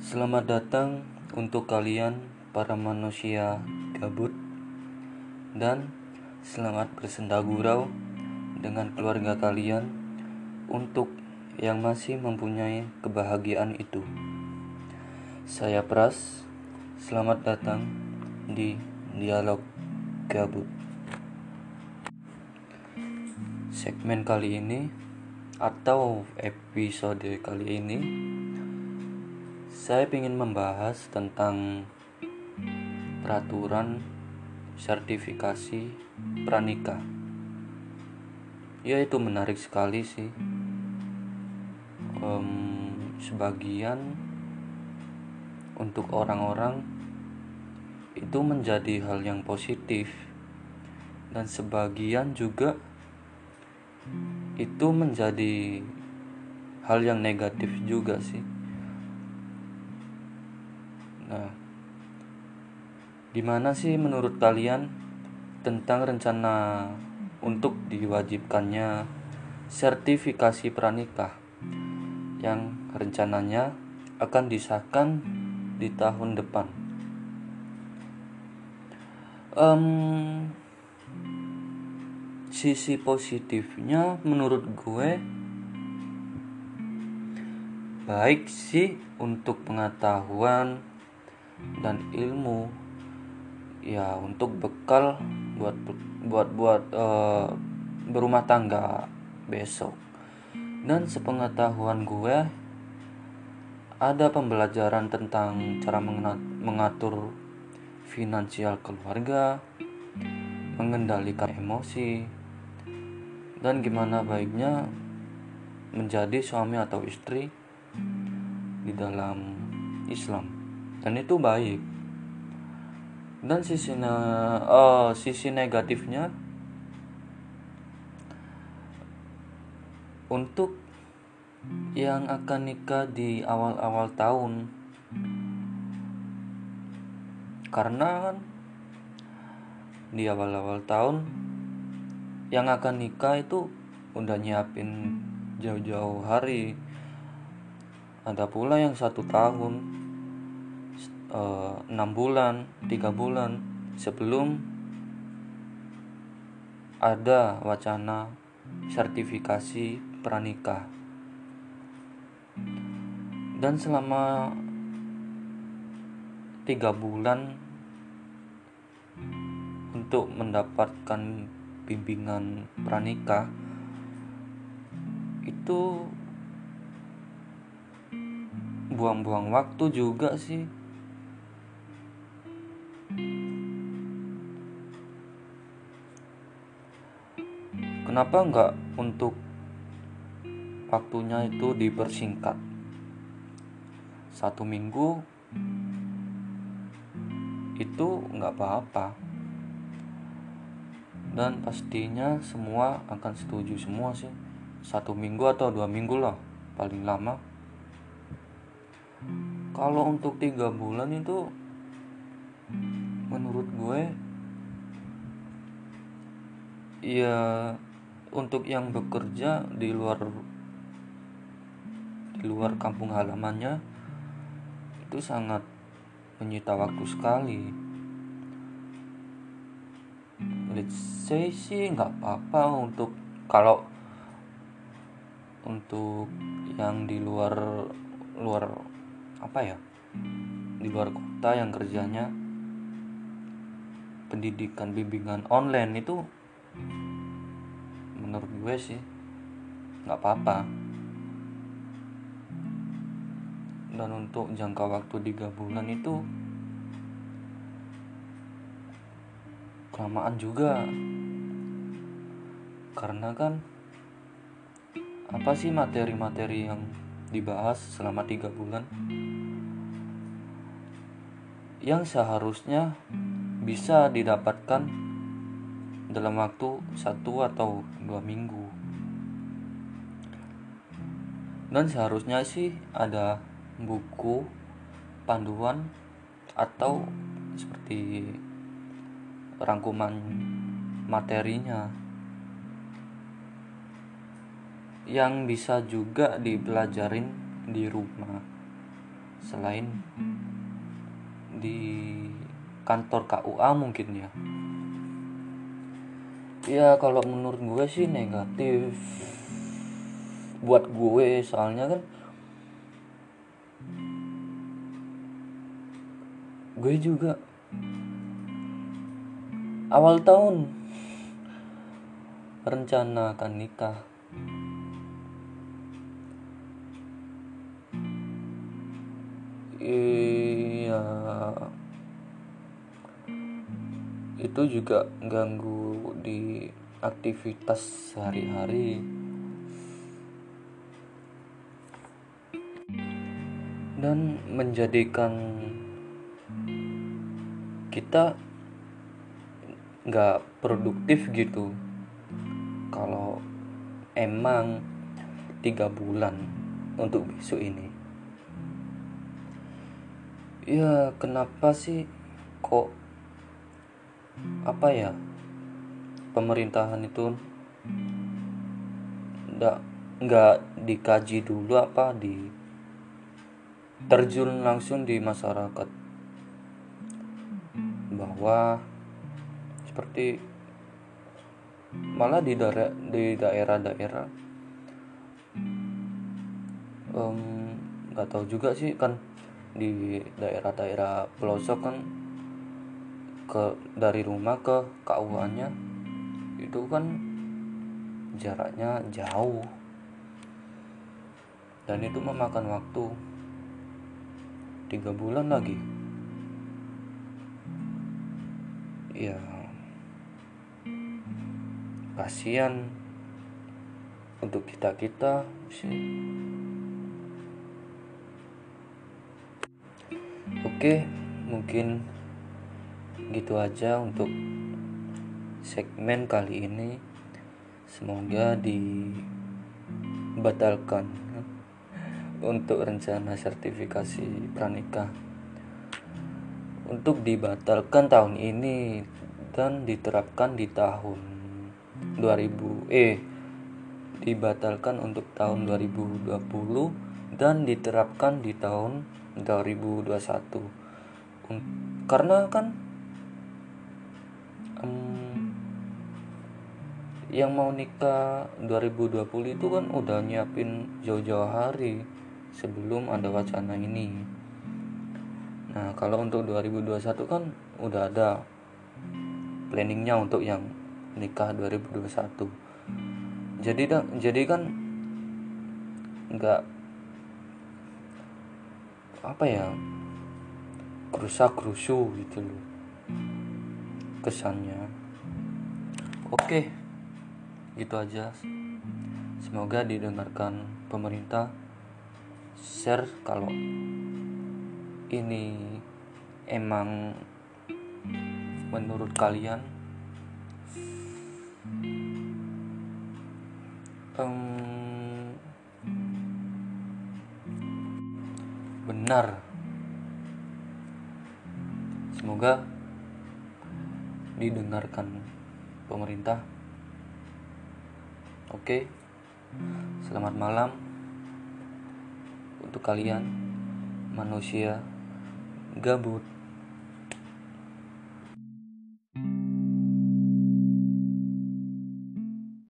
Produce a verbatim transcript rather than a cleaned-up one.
Selamat datang untuk kalian para manusia gabut, dan selamat bersenda gurau dengan keluarga kalian untuk yang masih mempunyai kebahagiaan itu. Saya Pras, selamat datang di Dialog Gabut. Segmen kali ini atau episode kali ini saya ingin membahas tentang peraturan sertifikasi pranikah. Ya, itu menarik sekali sih. Um, sebagian untuk orang-orang itu menjadi hal yang positif, dan sebagian juga itu menjadi hal yang negatif juga sih. Nah, gimana sih menurut kalian tentang rencana untuk diwajibkannya sertifikasi pranikah yang rencananya akan disahkan di tahun depan? Um, sisi positifnya menurut gue baik sih untuk pengetahuan dan ilmu, ya untuk bekal buat buat buat uh, berumah tangga besok. Dan sepengetahuan gue ada pembelajaran tentang cara mengatur finansial keluarga, mengendalikan emosi, dan gimana baiknya menjadi suami atau istri di dalam Islam. Dan itu baik. Dan sisi uh, sisi negatifnya untuk yang akan nikah di awal-awal tahun, karena kan di awal-awal tahun yang akan nikah itu udah nyiapin jauh-jauh hari. Ada pula yang satu tahun, enam bulan, tiga bulan sebelum ada wacana sertifikasi pranikah. Dan selama tiga bulan untuk mendapatkan bimbingan pranikah itu buang-buang waktu juga sih. Kenapa enggak untuk waktunya itu dipersingkat satu minggu, itu enggak apa-apa, dan pastinya semua akan setuju semua sih. Satu minggu atau dua minggu lah paling lama. Kalau untuk tiga bulan itu menurut gue ya untuk yang bekerja di luar di luar kampung halamannya itu sangat menyita waktu sekali. Let's say sih nggak apa-apa untuk kalau untuk yang di luar luar apa ya di luar kota yang kerjanya pendidikan bimbingan online, itu menurut gue sih nggak apa-apa. Dan untuk jangka waktu tiga bulan itu kelamaan juga, karena kan apa sih materi-materi yang dibahas selama tiga bulan yang seharusnya bisa didapatkan dalam waktu satu atau dua minggu. Dan seharusnya sih ada buku panduan atau seperti rangkuman materinya yang bisa juga dipelajarin di rumah selain di kantor K U A mungkin ya. Ya kalau menurut gue sih negatif buat gue, soalnya kan gue juga awal tahun rencana akan nikah. Iya, itu juga ganggu di aktivitas sehari-hari dan menjadikan kita nggak produktif gitu. Kalau emang tiga bulan untuk besok ini, ya kenapa sih kok apa ya pemerintahan itu nggak nggak dikaji dulu, apa di terjun langsung di masyarakat, bahwa seperti malah di daerah di daerah-daerah nggak um, tahu juga sih kan, di daerah-daerah pelosok kan ke dari rumah ke K U A-nya itu kan jaraknya jauh dan itu memakan waktu tiga bulan lagi. Ya kasihan untuk kita-kita sih. Oke, mungkin gitu aja untuk segmen kali ini. Semoga dibatalkan untuk rencana sertifikasi pranikah, untuk dibatalkan tahun ini dan diterapkan di tahun dua ribu eh dibatalkan untuk tahun dua ribu dua puluh dan diterapkan di tahun dua ribu dua puluh satu. Karena kan um, yang mau nikah dua ribu dua puluh itu kan udah nyiapin jauh-jauh hari sebelum ada wacana ini. Nah kalau untuk dua ribu dua puluh satu kan udah ada planningnya untuk yang nikah dua ribu dua puluh satu. Jadi jadi kan nggak apa ya kerusak-kerusu gitu loh kesannya. Oke, gitu aja. Semoga didengarkan pemerintah. Share kalau ini emang menurut kalian um, benar. Semoga didengarkan pemerintah. Oke, selamat malam untuk kalian manusia gabut.